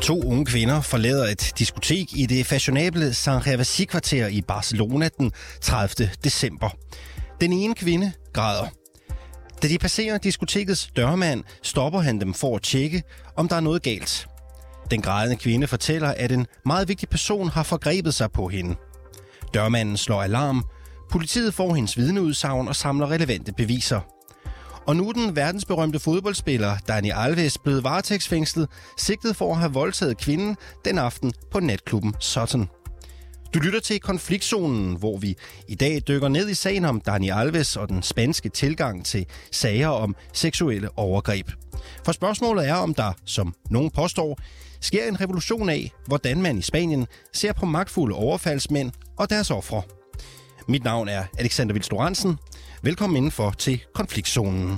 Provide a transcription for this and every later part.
To unge kvinder forlader et diskotek i det fashionable Sant Gervasi-kvarter i Barcelona den 30. december. Den ene kvinde græder. Da de passerer diskotekets dørmand, stopper han dem for at tjekke, om der er noget galt. Den grædende kvinde fortæller, at en meget vigtig person har forgrebet sig på hende. Dørmanden slår alarm. Politiet får hendes vidneudsagn og samler relevante beviser. Og nu er den verdensberømte fodboldspiller Dani Alves blevet varetægtsfængslet, sigtet for at have voldtaget kvinden den aften på natklubben Sutton. Du lytter til Konfliktzonen, hvor vi i dag dykker ned i sagen om Dani Alves og den spanske tilgang til sager om seksuelle overgreb. For spørgsmålet er, om der, som nogen påstår, sker en revolution af, hvordan man i Spanien ser på magtfulde overfaldsmænd og deres ofre. Mit navn er Alexander Vils Lorentzen. Velkommen indenfor til Konfliktzonen.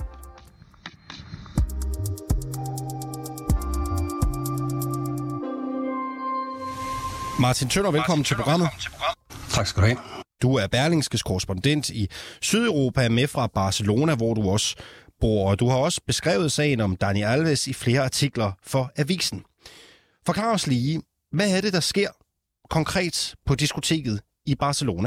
Martin Tønder, velkommen til programmet. Tak skal du have. Du er Berlingskes korrespondent i Sydeuropa med fra Barcelona, hvor du også bor. Og du har også beskrevet sagen om Dani Alves i flere artikler for avisen. Forklar os lige, hvad er det, der sker konkret på diskoteket i Barcelona?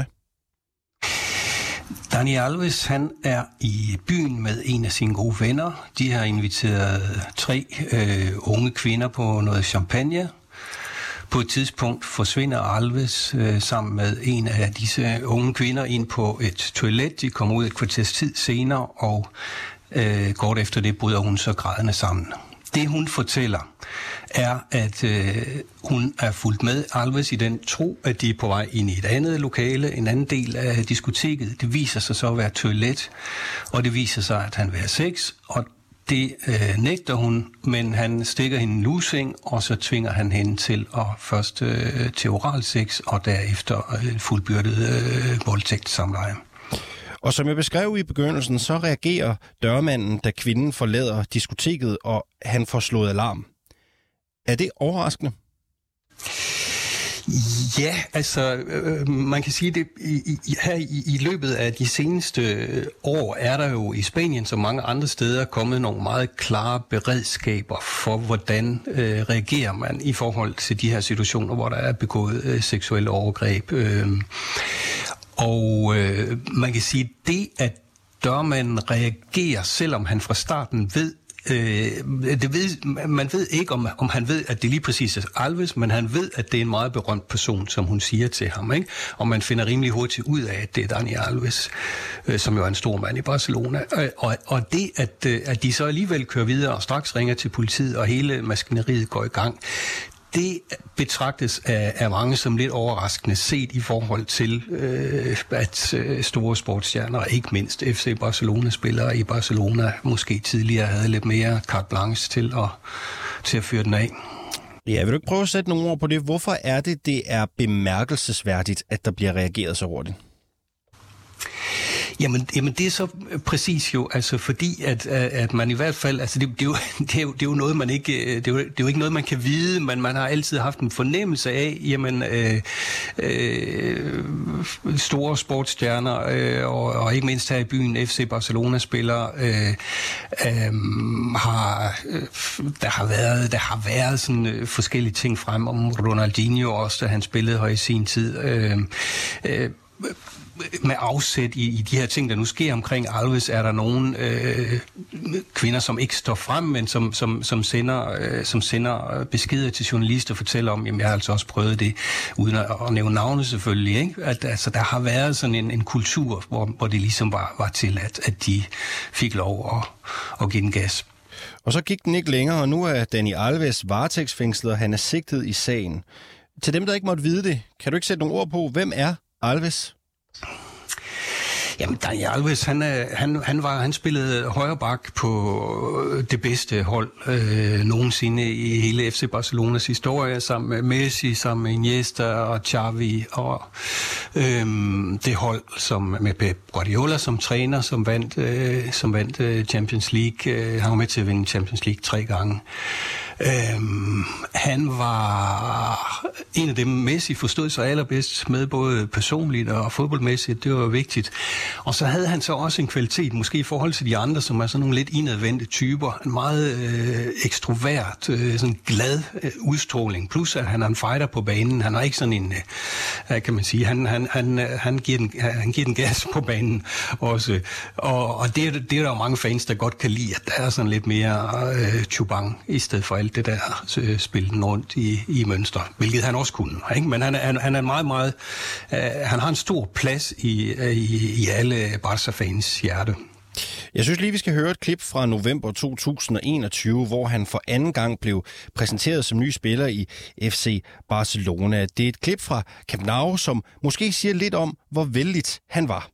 Dani Alves, han er i byen med en af sine gode venner. De har inviteret 3 unge kvinder på noget champagne. På et tidspunkt forsvinder Alves sammen med en af disse unge kvinder ind på et toilet. De kommer ud et kvarters tid senere, og kort efter det bryder hun så grædende sammen. Det hun fortæller er, at hun er fulgt med Alves i den tro, at de er på vej ind i et andet lokale, en anden del af diskoteket. Det viser sig så at være toilet, og det viser sig, at han vil have sex, og det nægter hun, men han stikker hende en lusing, og så tvinger han hende til at først til oralsex, og derefter fuldbyrdet voldtægt samleje. Og som jeg beskrev i begyndelsen, så reagerer dørmanden, da kvinden forlader diskoteket, og han får slået alarm. Er det overraskende? Ja, altså man kan sige, det her i løbet af de seneste år er der jo i Spanien som mange andre steder kommet nogle meget klare beredskaber for, hvordan reagerer man i forhold til de her situationer, hvor der er begået seksuelle overgreb. Og man kan sige, det at dørmanden reagerer, selvom han fra starten ved, man ved ikke, om han ved, at det lige præcis er Alves, men han ved, at det er en meget berømt person, som hun siger til ham, ikke? Og man finder rimelig hurtigt ud af, at det er Dani Alves, som jo er en stor mand i Barcelona. Og det, at de så alligevel kører videre og straks ringer til politiet, og hele maskineriet går i gang, det betragtes af mange som lidt overraskende set i forhold til, at store sportsstjerner, ikke mindst FC Barcelona-spillere i Barcelona, måske tidligere havde lidt mere carte blanche til at fyre den af. Ja, vil du ikke prøve at sætte nogle ord på det? Hvorfor er det er bemærkelsesværdigt, at der bliver reageret så hurtigt? Jamen det er så præcis jo, altså fordi at man i hvert fald, altså det er jo noget man ikke, det er jo ikke noget man kan vide, men man har altid haft en fornemmelse af, jamen store sportsstjerner og ikke mindst her i byen FC Barcelona spillere der har været sådan forskellige ting frem om Ronaldinho også, da han spillede her i sin tid. Med afsæt i de her ting, der nu sker omkring Alves, er der nogle kvinder, som ikke står frem, men som sender beskeder til journalister og fortæller om, jamen jeg har altså også prøvet det, uden at nævne navne selvfølgelig, ikke? At altså, der har været sådan en kultur, hvor det ligesom var tilladt, at de fik lov at give den gas. Og så gik den ikke længere, og nu er Dani Alves varetægtsfængslet, og han er sigtet i sagen. Til dem, der ikke måtte vide det, kan du ikke sætte nogle ord på, hvem er Alves? Jamen, Dani Alves, han spillede højre bak på det bedste hold nogensinde i hele FC Barcelonas historie, sammen med Messi, sammen med Iniesta og Xavi, og det hold som med Pep Guardiola som træner, som vandt Champions League. Han var med til at vinde Champions League 3 gange. Han var en af dem, Messi forstod sig allerbedst med, både personligt og fodboldmæssigt. Det var vigtigt. Og så havde han så også en kvalitet, måske i forhold til de andre, som er sådan nogle lidt indadvendte typer. En meget ekstrovert, sådan glad udstråling. Plus at han er en fighter på banen. Han er ikke sådan en, kan man sige, han giver den gas på banen også. Og det er der jo mange fans, der godt kan lide, at der er sådan lidt mere chubang, i stedet for alt det der spillen rundt i mønster, hvilket han også kunne. Ikke? Men han er meget, meget... han har en stor plads i alle Barca-fans hjerte. Jeg synes lige, vi skal høre et klip fra november 2021, hvor han for anden gang blev præsenteret som ny spiller i FC Barcelona. Det er et klip fra Camp Nou, som måske siger lidt om, hvor vældigt han var.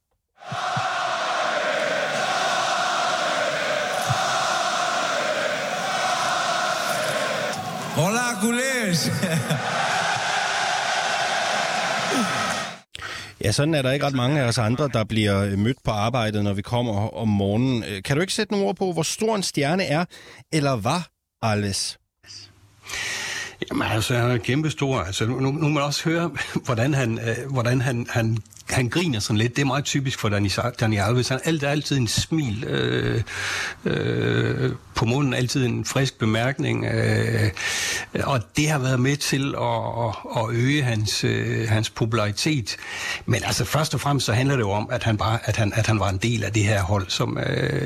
Hola, culés! Ja, sådan er der ikke ret mange af os andre, der bliver mødt på arbejdet, når vi kommer om morgenen. Kan du ikke sætte nogle ord på, hvor stor en stjerne er, eller var Alves? Jamen altså, han er kæmpestor. Altså, nu må man også høre, hvordan han griner sådan lidt. Det er meget typisk for Dani Alves. Han har altid en smil på munden, altid en frisk bemærkning. Og det har været med til at øge hans popularitet. Men altså, først og fremmest så handler det jo om, at han var en del af det her hold, som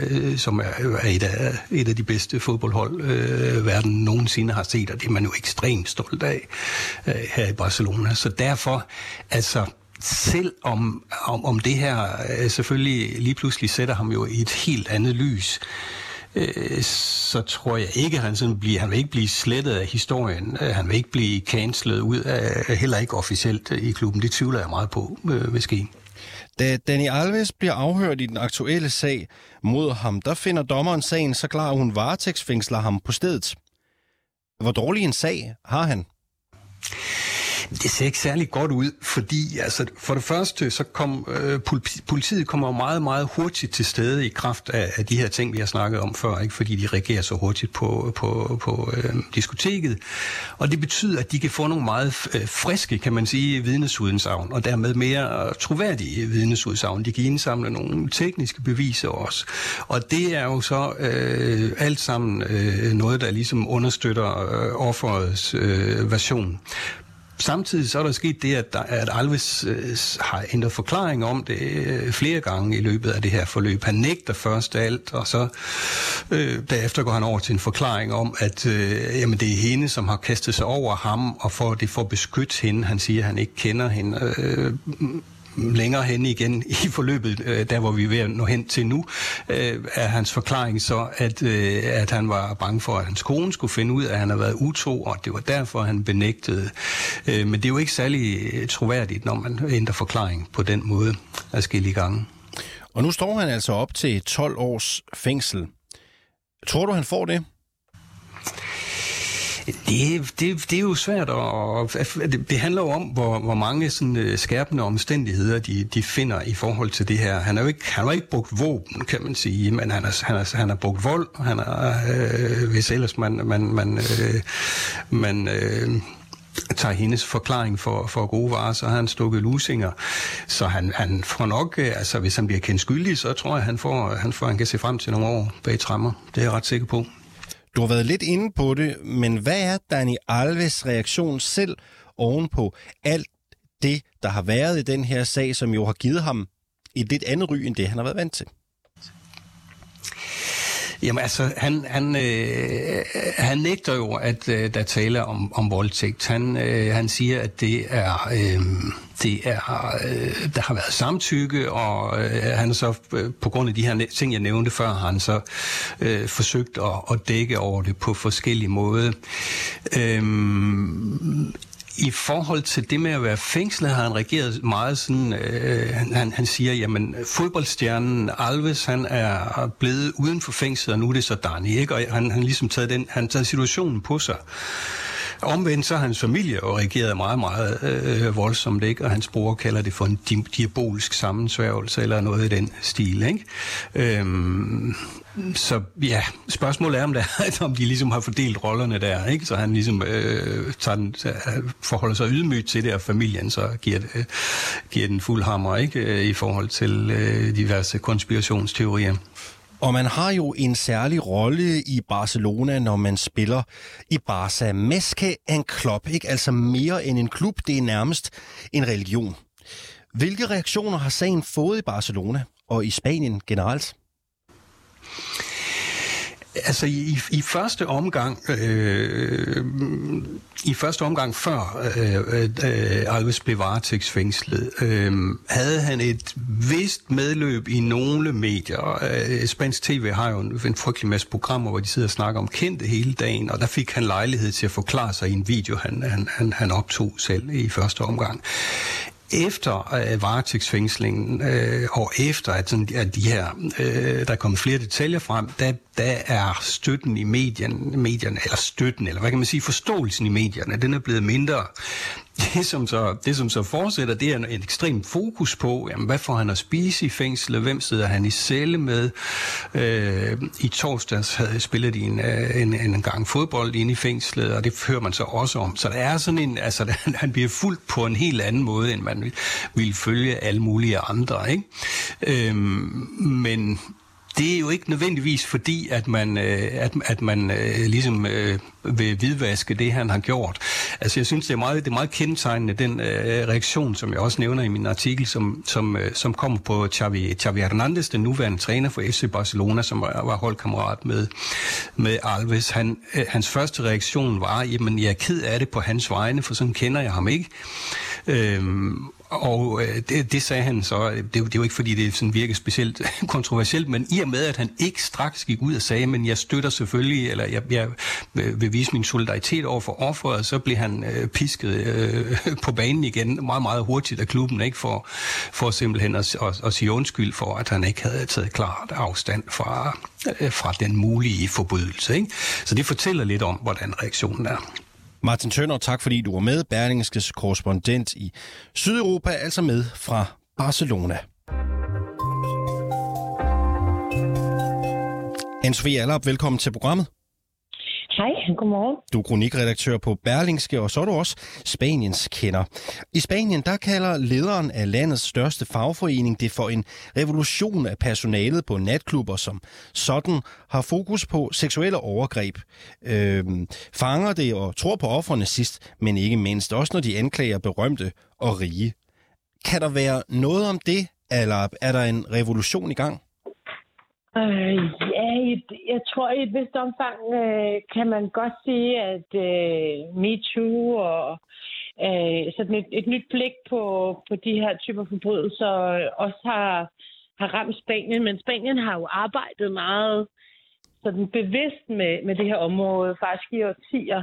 er et af de bedste fodboldhold, verden nogensinde har set, og det er man jo ekstremt stolt af her i Barcelona. Så derfor, altså, selv om det her selvfølgelig lige pludselig sætter ham jo i et helt andet lys, så tror jeg ikke, han vil ikke blive slettet af historien. Han vil ikke blive cancelet ud af, heller ikke officielt i klubben. Det tvivler jeg meget på, måske. Da Dani Alves bliver afhørt i den aktuelle sag mod ham, der finder dommeren sagen så klar, at hun varetægtsfængsler ham på stedet. Hvor dårlig en sag har han? Det ser ikke særlig godt ud, fordi altså, for det første, så politiet kommer meget, meget hurtigt til stede i kraft af de her ting, vi har snakket om før, ikke? Fordi de reagerer så hurtigt på diskoteket. Og det betyder, at de kan få nogle meget friske, kan man sige, vidnesudsagn, og dermed mere troværdige vidnesudsagn. De kan indsamle nogle tekniske beviser også. Og det er jo så alt sammen noget, der ligesom understøtter offerets version. Samtidig så er der sket det, at Alves har ændret forklaring om det flere gange i løbet af det her forløb. Han nægter først alt, og så derefter går han over til en forklaring om, at jamen, det er hende, som har kastet sig over ham, og for at beskytte hende. Han siger, at han ikke kender hende. Længere hen igen i forløbet, der hvor vi er ved at nå hen til nu, er hans forklaring så, at han var bange for, at hans kone skulle finde ud af, at han har været utro, og det var derfor, han benægtede. Men det er jo ikke særlig troværdigt, når man ændrer forklaring på den måde adskillige gange. Og nu står han altså op til 12 års fængsel. Tror du, han får det? Det er jo svært, og det handler jo om, hvor mange sådan skærpende omstændigheder de finder i forhold til det her. Han har ikke brugt våben, kan man sige, men han har brugt vold. Han har, hvis ellers man tager hendes forklaring for gode varer, så har han stukket lusinger. Så han får nok, altså hvis han bliver kendt skyldig, så tror jeg, han kan se frem til nogle år bag tremmer. Det er jeg ret sikker på. Du har været lidt inde på det, men hvad er Dani Alves reaktion selv ovenpå alt det, der har været i den her sag, som jo har givet ham et lidt andet ry, end det, han har været vant til? Jamen altså, han nægter jo, at der taler om voldtægt. Han siger, at der har været samtykke, og han så på grund af de her ting, jeg nævnte før, har han så forsøgt at dække over det på forskellige måder. I forhold til det med at være fængslet, har han reageret meget sådan, han siger, jamen fodboldstjernen Alves, han er blevet uden for fængslet, og nu er det så Dani, ikke? Og han ligesom taget situationen på sig. Omvendt så har hans familie jo reageret meget, meget voldsomt, ikke? Og hans bror kalder det for en diabolisk sammensværgelse eller noget i den stil, ikke? Så ja, spørgsmålet er, om de ligesom har fordelt rollerne der, ikke? Så han ligesom forholder sig ydmygt til det, og familien så giver den fuld hammer, ikke? I forhold til diverse konspirationsteorier. Og man har jo en særlig rolle i Barcelona, når man spiller i Barça. Més que en klub, ikke? Altså mere end en klub, det er nærmest en religion. Hvilke reaktioner har sagen fået i Barcelona og i Spanien generelt? Altså i første omgang før Alves blev varetægtsfængslet, havde han et vist medløb i nogle medier. Spansk TV har jo en frygtelig masse programmer, hvor de sidder og snakker om kendte hele dagen, og der fik han lejlighed til at forklare sig i en video, han optog selv i første omgang. Efter varetægtsfængslingen og efter at de her der er kommet flere detaljer frem, der er støtten i medierne eller støtten, eller hvad kan man sige, forståelsen i medierne, den er blevet mindre. Det som så fortsætter, det er en ekstrem fokus på, jamen, hvad får han at spise i fængslet, hvem sidder han i celle med. I torsdags havde spillet de en gang fodbold inde i fængslet, og det hører man så også om. Så der er sådan han bliver fulgt på en helt anden måde, end man vil følge alle mulige andre, ikke? Men det er jo ikke nødvendigvis fordi, at man ligesom vil hvidvaske det, han har gjort. Altså jeg synes, det er meget kendetegnende, den reaktion, som jeg også nævner i min artikel, som kommer på Xavi Hernandez, den nuværende træner for FC Barcelona, som var holdkammerat med Alves. Hans første reaktion var, jamen jeg er ked af det på hans vegne, for sådan kender jeg ham ikke. Og det sagde han så, det er jo ikke fordi det sådan virker specielt kontroversielt, men i og med at han ikke straks gik ud og sagde, men jeg støtter selvfølgelig, eller jeg vil vise min solidaritet over for offeret, så blev han pisket på banen igen meget, meget hurtigt af klubben, ikke, for simpelthen at sige undskyld for, at han ikke havde taget klart afstand fra den mulige forbrydelse, ikke? Så det fortæller lidt om, hvordan reaktionen er. Martin Tønder, tak fordi du var med. Berlingskes korrespondent i Sydeuropa, altså med fra Barcelona. Anne-Sophie Allerup, velkommen til programmet. Hej, godmorgen. Du er kronikredaktør på Berlingske, og så er du også Spaniens kender. I Spanien, der kalder lederen af landets største fagforening det for en revolution af personalet på natklubber, som sådan har fokus på seksuelle overgreb. Fanger det og tror på ofrene sidst, men ikke mindst, også når de anklager berømte og rige. Kan der være noget om det, eller er der en revolution i gang? Jeg tror i et vist omfang kan man godt sige, at MeToo og sådan et nyt blik på de her typer forbrydelser også har ramt Spanien. Men Spanien har jo arbejdet meget sådan bevidst med det her område, faktisk i årtier.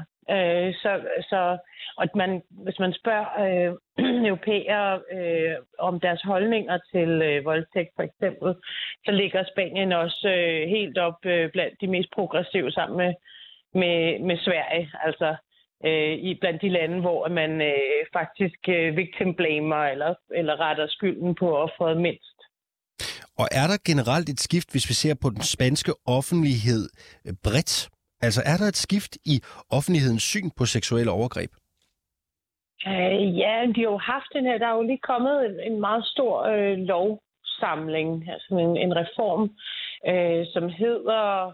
Og hvis man spørger europæere om deres holdninger til voldtægt for eksempel, så ligger Spanien også helt op blandt de mest progressive sammen med Sverige. Altså blandt de lande, hvor man faktisk victim blamer eller retter skylden på offeret mindst. Og er der generelt et skift, hvis vi ser på den spanske offentlighed bredt? Altså er der et skift i offentlighedens syn på seksuelle overgreb? Ja, de har jo haft den her. Der er jo lige kommet en meget stor lovsamling, altså en reform, som hedder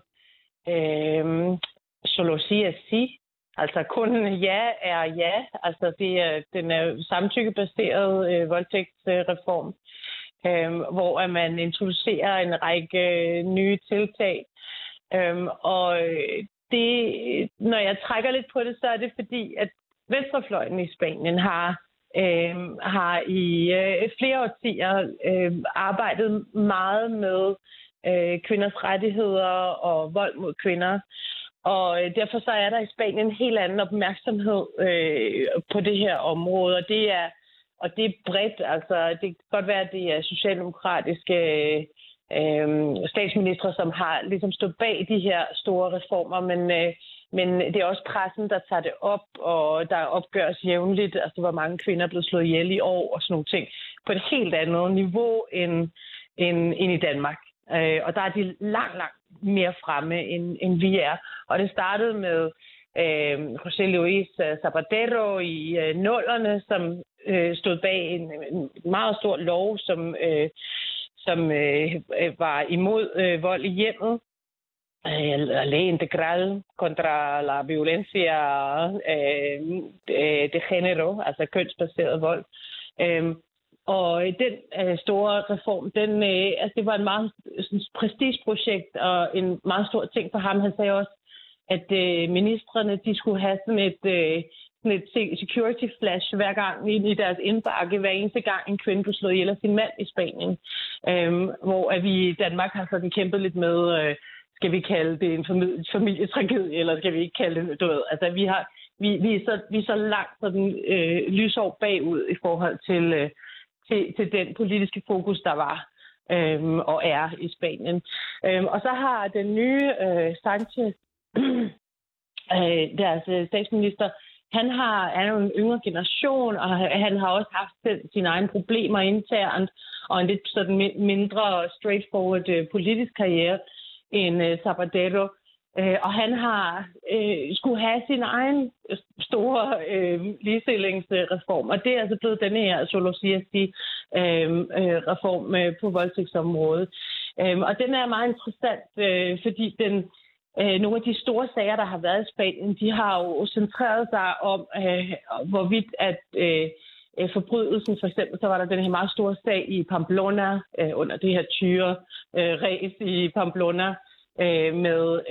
solo sí es sí. Altså kun ja er ja. Altså den er samtykkebaseret voldtægtsreform, hvor man introducerer en række nye tiltag. Og det, når jeg trækker lidt på det, så er det fordi, at venstrefløjen i Spanien har i flere årtier arbejdet meget med kvinders rettigheder og vold mod kvinder. Og derfor så er der i Spanien en helt anden opmærksomhed på det her område, og det er bredt. Altså, det kan godt være, at det er socialdemokratiske statsministre, som har ligesom stået bag de her store reformer, Men det er også pressen, der tager det op, og der opgøres jævnligt, altså hvor mange kvinder er blevet slået ihjel i år og sådan nogle ting, på et helt andet niveau end i Danmark. Og der er de langt mere fremme, end vi er. Og det startede med José Luis Zapatero i 00'erne, som stod bag en meget stor lov, som var imod vold i hjemmet. Ley integral contra la violencia de género, altså kønsbaseret vold. Og den store reform, det var en meget prestigeprojekt og en meget stor ting for ham. Han sagde også, at ministrene de skulle have sådan et security flash hver gang i deres indbakke, hver eneste gang en kvinde blev slået ihjel af sin mand i Spanien. Hvor at vi i Danmark har sådan kæmpet lidt med, skal vi kalde det en familietragedie, eller skal vi ikke kalde det, du ved. Altså vi er så langt sådan lysår bagud i forhold til den politiske fokus, der var og er i Spanien. Og så har den nye Sánchez, deres statsminister, han er jo en yngre generation, og han har også haft sine egne problemer internt, og en lidt sådan mindre straightforward politisk karriere end Zapatero. Og han har skulle have sin egen store ligestillingsreform, og det er altså blevet denne her Solo Siesti reform på voldtægtsområdet. Og den er meget interessant, fordi nogle af de store sager, der har været i Spanien, de har jo centreret sig om, hvorvidt at forbrydelsen, for eksempel, så var der den her meget store sag i Pamplona, under det her tyre-ræs i Pamplona, med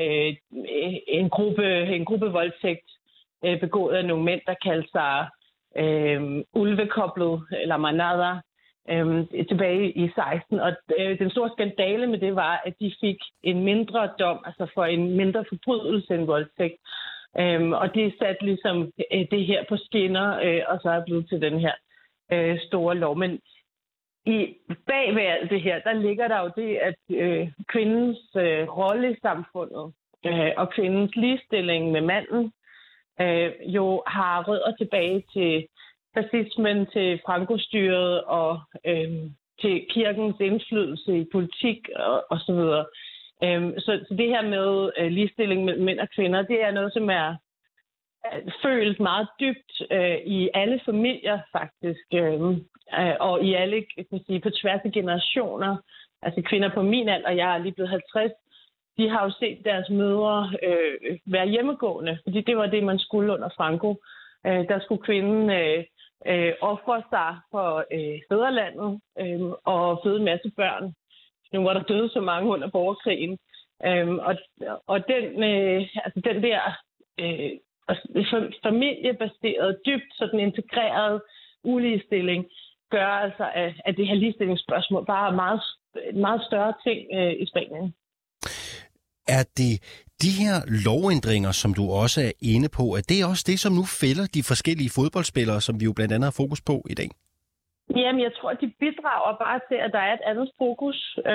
en gruppe voldtægt begået af nogle mænd, der kaldte sig ulvekoblet, eller manada, tilbage i 16. Og den store skandale med det var, at de fik en mindre dom, altså for en mindre forbrydelse end voldtægt. Og det satte ligesom det her på skinner, og så er blevet til den her store lov. Men bag ved alt det her, der ligger der jo det, at kvindens rolle i samfundet og kvindens ligestilling med manden jo har rødder tilbage til fascismen, til Franco-styret og til kirkens indflydelse i politik og så videre. Så det her med ligestilling mellem mænd og kvinder, det er noget, som er følt meget dybt i alle familier faktisk, og i alle, på tværs af generationer. Altså kvinder på min alder, jeg er lige blevet 50, de har jo set deres mødre være hjemmegående, fordi det var det, man skulle under Franco. Der skulle kvinden ofre sig for fædrelandet og føde en masse børn. Nu var der døde så mange under borgerkrigen. Og den der familiebaseret, dybt sådan integreret uligestilling gør altså, at det her ligestillingsspørgsmål bare er en meget større ting i Spanien. Er det de her lovændringer, som du også er inde på, er det også det, som nu fælder de forskellige fodboldspillere, som vi jo blandt andet har fokus på i dag? Jamen, jeg tror, de bidrager bare til, at der er et andet fokus.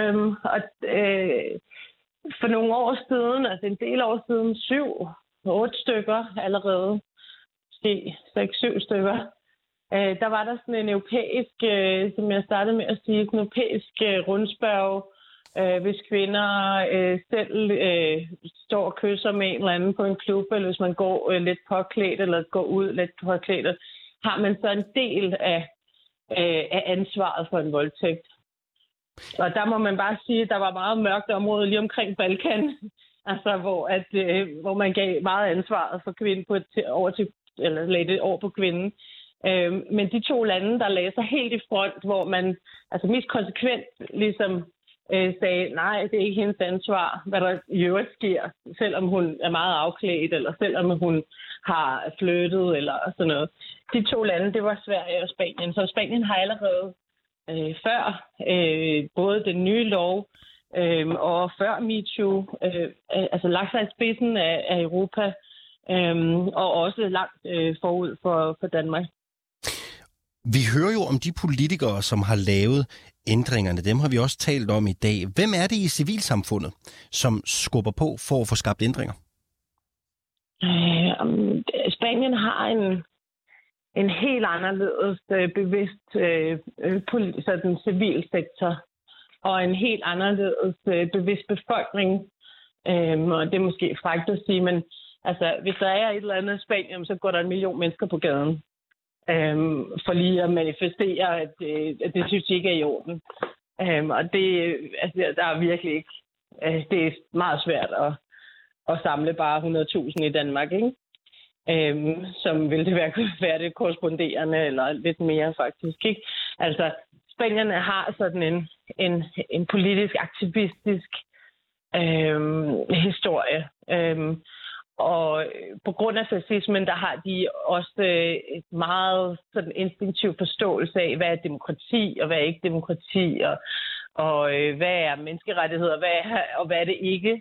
For nogle år siden, altså en del år siden, 7-8 stykker allerede, måske 6-7 stykker, der var der sådan en europæisk, som jeg startede med at sige, en europæisk rundspørge, hvis kvinder selv står og kysser med en eller anden på en klub, eller hvis man går lidt påklædt, eller går ud lidt påklædt, har man så en del af ansvaret for en voldtægt. Og der må man bare sige, at der var meget mørkt område lige omkring Balkan, altså hvor man gav meget ansvaret for kvinden lagde det over på kvinden. Men de to lande, der lagde sig helt i front, hvor man altså mest konsekvent ligesom sagde, nej, det er ikke hendes ansvar, hvad der i øvrigt sker, selvom hun er meget afklædt, eller selvom hun har flyttet, eller sådan noget. De to lande, det var Sverige og Spanien. Så Spanien har allerede før både den nye lov og før MeToo, altså lagt sig i spidsen af Europa, og også langt forud for Danmark. Vi hører jo om de politikere, som har lavet ændringerne. Dem har vi også talt om i dag. Hvem er det i civilsamfundet, som skubber på for at få skabt ændringer? Spanien har en helt anderledes bevidst sådan civil sektor og en helt anderledes bevidst befolkning. Og det er måske frækt at sige, men altså, hvis der er et eller andet i Spanien, så går der 1 million mennesker på gaden for lige at manifestere, at det synes de ikke er i orden. Og det, altså, der er virkelig ikke... det er meget svært at samle bare 100.000 i Danmark, ikke? Som ville det være det korresponderende, eller lidt mere faktisk, ikke? Altså, spanierne har sådan en politisk, aktivistisk historie. Og på grund af fascismen, der har de også et meget sådan instinktiv forståelse af, hvad er demokrati, og hvad er ikke demokrati, og hvad er menneskerettigheder, hvad er det ikke.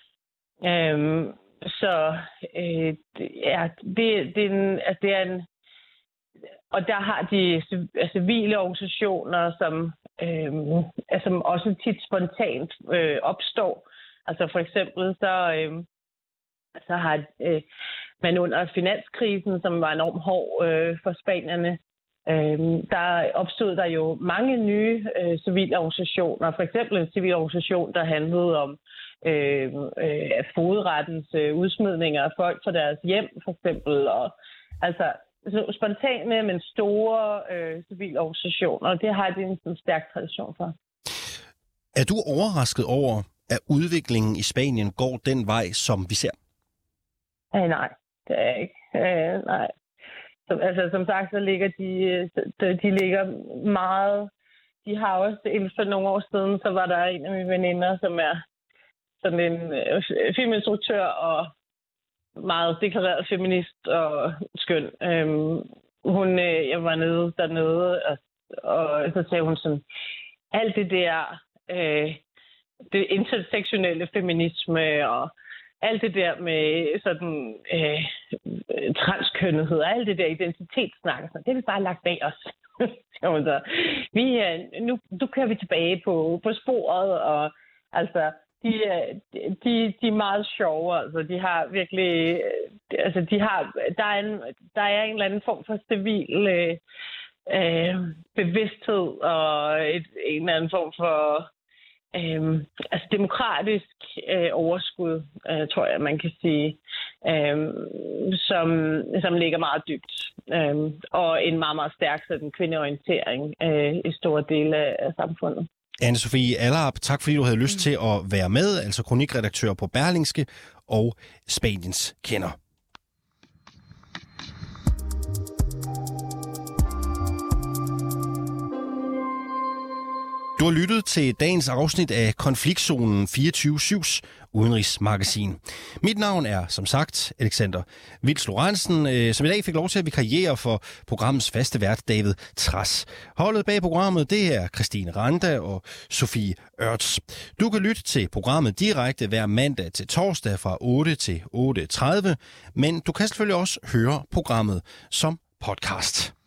Og der har de civile organisationer, som også tit spontant opstår. Altså for eksempel så har man under finanskrisen, som var enormt hård for spanierne, der opstod der jo mange nye civile organisationer. For eksempel en civil organisation, der handlede om fogedrettens udsmidninger af folk fra deres hjem, for eksempel. Og, altså spontane, men store civile organisationer, og det har de en stærk tradition for. Er du overrasket over, at udviklingen i Spanien går den vej, som vi ser? Nej, det er jeg ikke. Nej. Som sagt, så ligger de ligger meget... De har også, inden for nogle år siden, så var der en af mine veninder, som er sådan en filminstruktør og meget deklareret feminist og skøn. Jeg var nede dernede, og så sagde hun sådan, alt det der, det intersektionelle feminisme og alt det der med sådan transkønnethed og alt det der identitetssnak, det er vi bare lagt bag os. Så nu kører vi tilbage på sporet, og altså de er meget sjove, altså de har virkelig, altså der er en eller anden form for civil bevidsthed og en eller anden form for demokratisk overskud, tror jeg, man kan sige, som ligger meget dybt. Og en meget, meget stærk sådan, kvindeorientering i store dele af samfundet. Anne-Sophie Allerup, tak fordi du havde lyst til at være med, altså kronikredaktør på Berlingske og Spaniens kender. Du har lyttet til dagens afsnit af Konfliktzonen 24/7's udenrigsmagasin. Mit navn er, som sagt, Alexander Vils Lorentzen, som i dag fik lov til at vikariere for programmets faste vært, David Trads. Holdet bag programmet, det er Christine Randa og Sofie Ørts. Du kan lytte til programmet direkte hver mandag til torsdag fra 8 til 8:30, men du kan selvfølgelig også høre programmet som podcast.